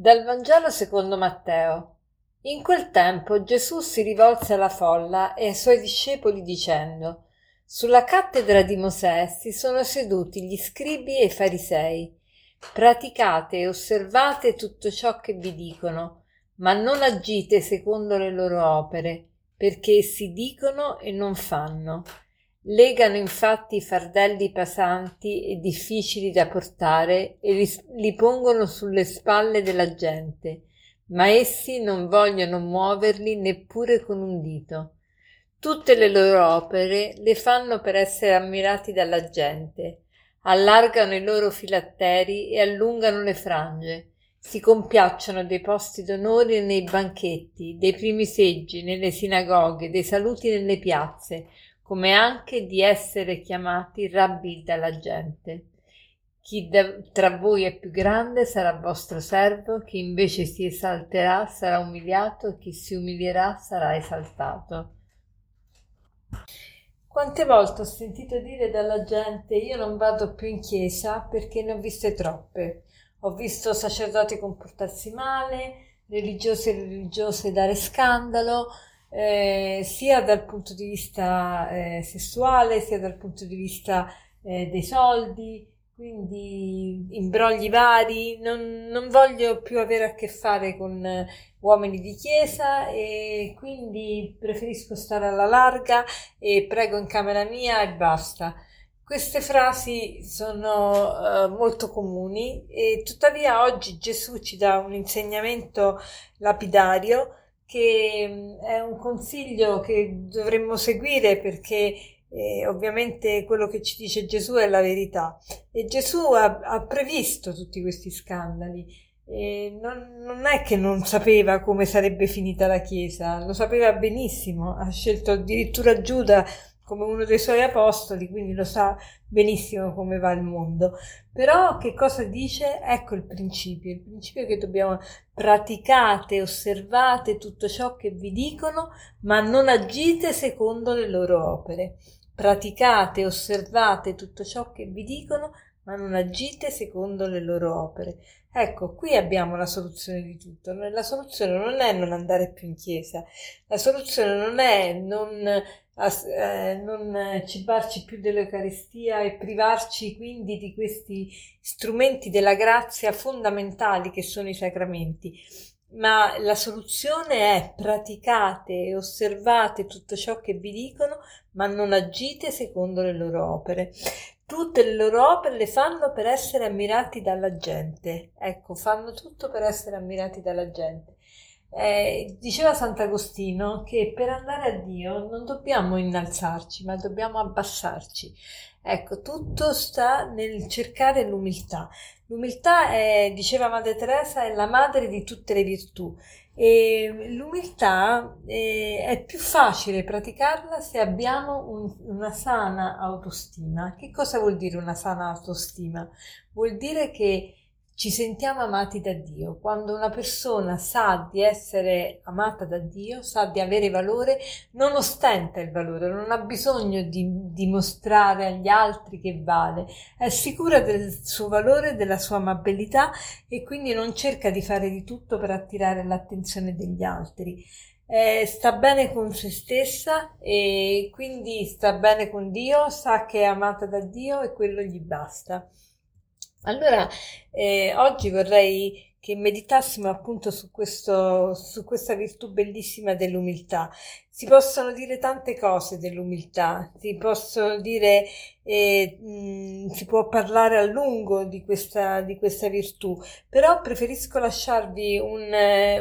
Dal Vangelo secondo Matteo. In quel tempo Gesù si rivolse alla folla e ai suoi discepoli dicendo: Sulla cattedra di Mosè si sono seduti gli scribi e i farisei. Praticate e osservate tutto ciò che vi dicono, ma non agite secondo le loro opere, perché essi dicono e non fanno. Legano infatti i fardelli pesanti e difficili da portare e li pongono sulle spalle della gente, ma essi non vogliono muoverli neppure con un dito. Tutte le loro opere le fanno per essere ammirati dalla gente, allargano i loro filatteri e allungano le frange, si compiacciono dei posti d'onore nei banchetti, dei primi seggi nelle sinagoghe, dei saluti nelle piazze, come anche di essere chiamati rabbì dalla gente. Chi tra voi è più grande sarà vostro servo, chi invece si esalterà sarà umiliato e chi si umilierà sarà esaltato. Quante volte ho sentito dire dalla gente: io non vado più in chiesa perché ne ho viste troppe. Ho visto sacerdoti comportarsi male, religiosi e religiose dare scandalo, sia dal punto di vista sessuale, sia dal punto di vista dei soldi, quindi imbrogli vari. Non voglio più avere a che fare con uomini di chiesa e quindi preferisco stare alla larga e prego in camera mia e basta. Queste frasi sono molto comuni e tuttavia oggi Gesù ci dà un insegnamento lapidario che è un consiglio che dovremmo seguire perché ovviamente quello che ci dice Gesù è la verità e Gesù ha previsto tutti questi scandali. Non è che non sapeva come sarebbe finita la Chiesa, lo sapeva benissimo, ha scelto addirittura Giuda come uno dei suoi apostoli, quindi lo sa benissimo come va il mondo. Però che cosa dice? Ecco il principio che dobbiamo: praticate, osservate tutto ciò che vi dicono, ma non agite secondo le loro opere. Praticate, osservate tutto ciò che vi dicono, ma non agite secondo le loro opere. Ecco, qui abbiamo la soluzione di tutto. La soluzione non è non andare più in chiesa, la soluzione non è non cibarci più dell'Eucaristia e privarci quindi di questi strumenti della grazia fondamentali che sono i sacramenti, ma la soluzione è: praticate e osservate tutto ciò che vi dicono, ma non agite secondo le loro opere. Tutte le loro opere le fanno per essere ammirati dalla gente. Ecco, fanno tutto per essere ammirati dalla gente. Diceva Sant'Agostino che per andare a Dio non dobbiamo innalzarci, ma dobbiamo abbassarci. Ecco, tutto sta nel cercare l'umiltà. L'umiltà è, diceva Madre Teresa, è la madre di tutte le virtù. E l'umiltà è più facile praticarla se abbiamo una sana autostima. Che cosa vuol dire una sana autostima? Vuol dire che ci sentiamo amati da Dio. Quando una persona sa di essere amata da Dio, sa di avere valore, non ostenta il valore, non ha bisogno di dimostrare agli altri che vale, è sicura del suo valore, della sua amabilità e quindi non cerca di fare di tutto per attirare l'attenzione degli altri. Sta bene con se stessa e quindi sta bene con Dio, sa che è amata da Dio e quello gli basta. Allora, oggi vorrei che meditassimo appunto su questa virtù bellissima dell'umiltà. Si possono dire tante cose dell'umiltà, si possono dire, si può parlare a lungo di questa virtù, però preferisco lasciarvi un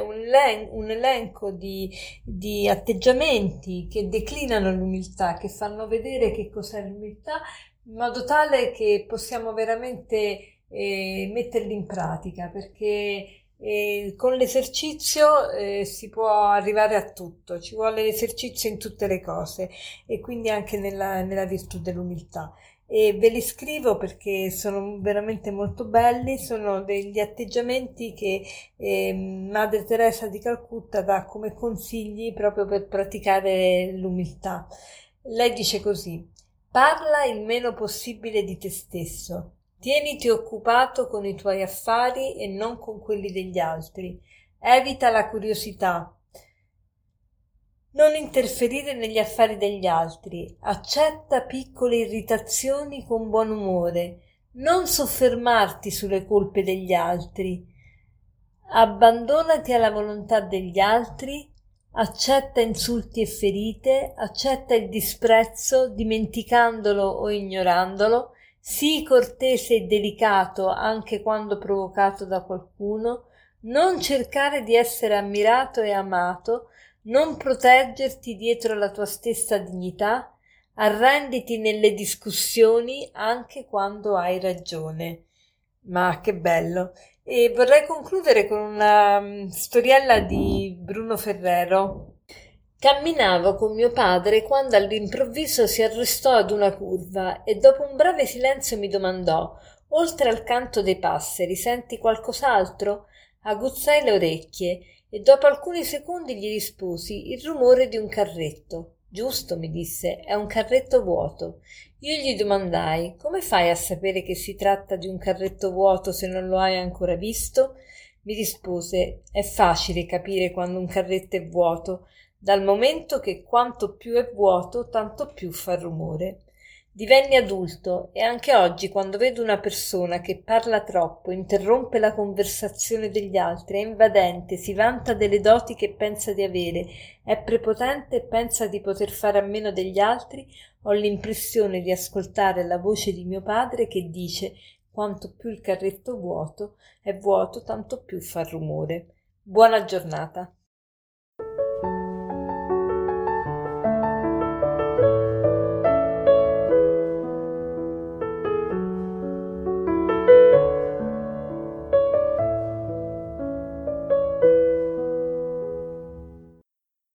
elenco di atteggiamenti che declinano l'umiltà, che fanno vedere che cos'è l'umiltà, in modo tale che possiamo veramente metterli in pratica, perché con l'esercizio si può arrivare a tutto, ci vuole l'esercizio in tutte le cose e quindi anche nella virtù dell'umiltà. E ve li scrivo perché sono veramente molto belli, sono degli atteggiamenti che Madre Teresa di Calcutta dà come consigli proprio per praticare l'umiltà. Lei dice così: parla il meno possibile di te stesso, Tieniti occupato con i tuoi affari e non con quelli degli altri. Evita la curiosità. Non interferire negli affari degli altri. Accetta piccole irritazioni con buon umore. Non soffermarti sulle colpe degli altri. Abbandonati alla volontà degli altri. Accetta insulti e ferite, accetta il disprezzo, dimenticandolo o ignorandolo, sii cortese e delicato anche quando provocato da qualcuno, non cercare di essere ammirato e amato, non proteggerti dietro la tua stessa dignità, arrenditi nelle discussioni anche quando hai ragione. Ma che bello! E vorrei concludere con una storiella di Bruno Ferrero. Camminavo con mio padre quando all'improvviso si arrestò ad una curva e dopo un breve silenzio mi domandò: oltre al canto dei passeri, senti qualcos'altro? Aguzzai le orecchie e dopo alcuni secondi gli risposi: il rumore di un carretto. Giusto, mi disse, è un carretto vuoto. Io gli domandai: come fai a sapere che si tratta di un carretto vuoto se non lo hai ancora visto? Mi rispose: è facile capire quando un carretto è vuoto, dal momento che quanto più è vuoto, tanto più fa rumore. Divenni adulto e anche oggi quando vedo una persona che parla troppo, interrompe la conversazione degli altri, è invadente, si vanta delle doti che pensa di avere, è prepotente e pensa di poter fare a meno degli altri, ho l'impressione di ascoltare la voce di mio padre che dice: quanto più il carretto è vuoto, tanto più fa rumore. Buona giornata.